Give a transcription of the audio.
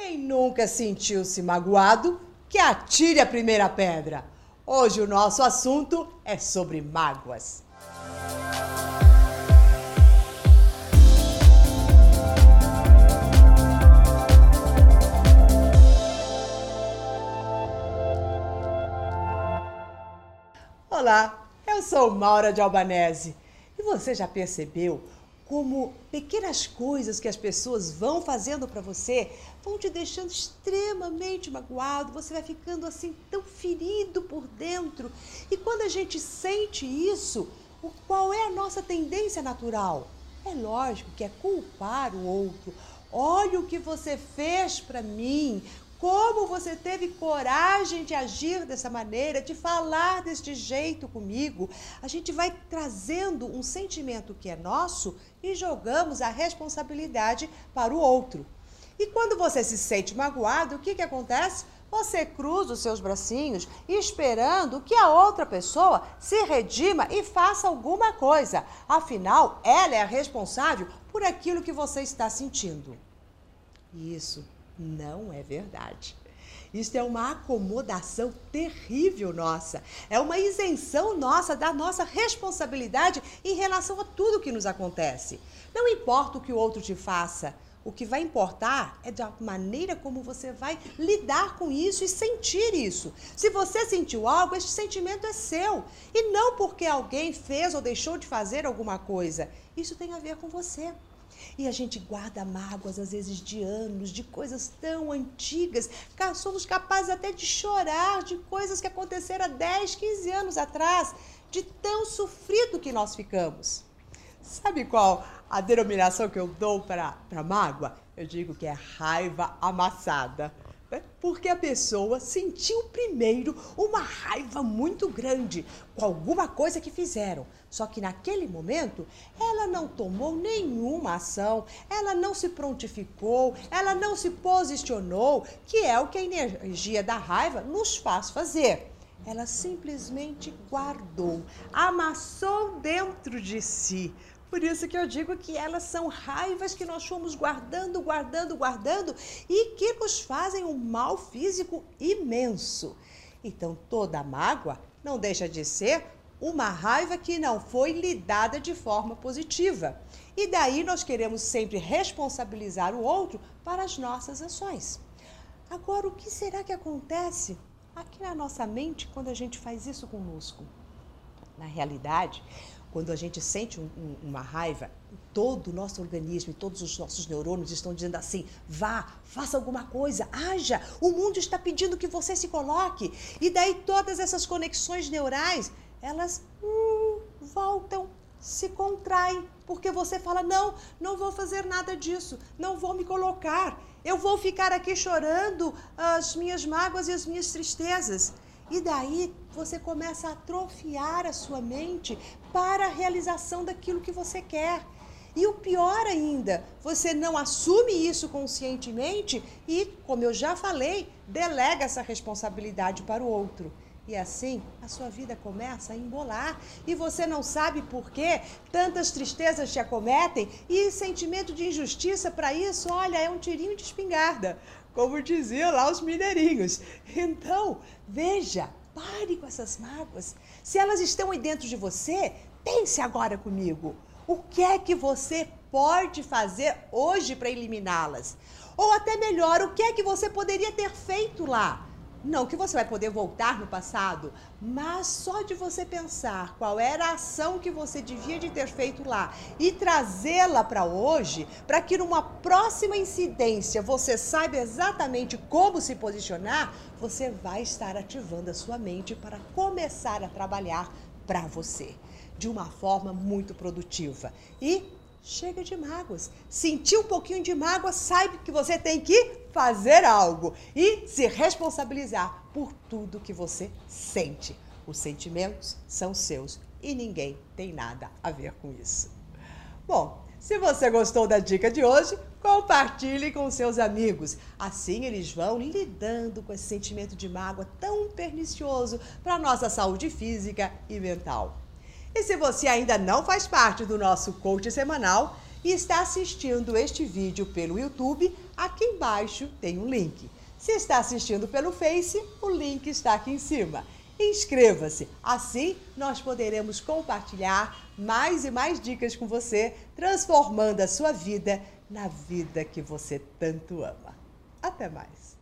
Quem nunca sentiu-se magoado, que atire a primeira pedra. Hoje o nosso assunto é sobre mágoas. Olá, eu sou Maura de Albanese. E você já percebeu como pequenas coisas que as pessoas vão fazendo para você vão te deixando extremamente magoado, você vai ficando assim tão ferido por dentro. E quando a gente sente isso, qual é a nossa tendência natural? É lógico que é culpar o outro. Olha o que você fez para mim. Como você teve coragem de agir dessa maneira, de falar deste jeito comigo? A gente vai trazendo um sentimento que é nosso e jogamos a responsabilidade para o outro. E quando você se sente magoado, o que acontece? Você cruza os seus bracinhos esperando que a outra pessoa se redima e faça alguma coisa. Afinal, ela é a responsável por aquilo que você está sentindo. Isso não é verdade. Isso é uma acomodação terrível nossa. É uma isenção nossa da nossa responsabilidade em relação a tudo que nos acontece. Não importa o que o outro te faça. O que vai importar é da maneira como você vai lidar com isso e sentir isso. Se você sentiu algo, este sentimento é seu. E não porque alguém fez ou deixou de fazer alguma coisa. Isso tem a ver com você. E a gente guarda mágoas, às vezes, de anos, de coisas tão antigas. Somos capazes até de chorar de coisas que aconteceram há 10, 15 anos atrás, de tão sofrido que nós ficamos. Sabe qual a denominação que eu dou para mágoa? Eu digo que é raiva amassada. Porque a pessoa sentiu primeiro uma raiva muito grande com alguma coisa que fizeram. Só que naquele momento, ela não tomou nenhuma ação, ela não se prontificou, ela não se posicionou, que é o que a energia da raiva nos faz fazer. Ela simplesmente guardou, amassou dentro de si. Por isso que eu digo que elas são raivas que nós fomos guardando e que nos fazem um mal físico imenso. Então, toda mágoa não deixa de ser uma raiva que não foi lidada de forma positiva. E daí nós queremos sempre responsabilizar o outro para as nossas ações. Agora, o que será que acontece aqui na nossa mente quando a gente faz isso conosco? Na realidade, quando a gente sente uma raiva, todo o nosso organismo e todos os nossos neurônios estão dizendo assim: vá, faça alguma coisa, haja, o mundo está pedindo que você se coloque. E daí todas essas conexões neurais, elas voltam, se contraem, porque você fala: não vou fazer nada disso, não vou me colocar, eu vou ficar aqui chorando as minhas mágoas e as minhas tristezas. E daí você começa a atrofiar a sua mente para a realização daquilo que você quer. E o pior ainda, você não assume isso conscientemente e, como eu já falei, delega essa responsabilidade para o outro. E assim, a sua vida começa a embolar e você não sabe por que tantas tristezas te acometem e sentimento de injustiça para isso, olha, é um tirinho de espingarda, como diziam lá os mineirinhos. Então, veja, pare com essas mágoas. Se elas estão aí dentro de você, pense agora comigo. O que é que você pode fazer hoje para eliminá-las? Ou até melhor, o que é que você poderia ter feito lá? Não que você vai poder voltar no passado, mas só de você pensar qual era a ação que você devia de ter feito lá e trazê-la para hoje, para que numa próxima incidência você saiba exatamente como se posicionar, você vai estar ativando a sua mente para começar a trabalhar para você de uma forma muito produtiva. E chega de mágoas. Sentiu um pouquinho de mágoa, saiba que você tem que fazer algo e se responsabilizar por tudo que você sente. Os sentimentos são seus e ninguém tem nada a ver com isso. Bom, se você gostou da dica de hoje, compartilhe com seus amigos. Assim eles vão lidando com esse sentimento de mágoa tão pernicioso para a nossa saúde física e mental. E se você ainda não faz parte do nosso coach semanal e está assistindo este vídeo pelo YouTube, Aqui embaixo tem um link. Se está assistindo pelo Face, o link está aqui em cima. Inscreva-se, assim nós poderemos compartilhar mais e mais dicas com você, transformando a sua vida na vida que você tanto ama. Até mais!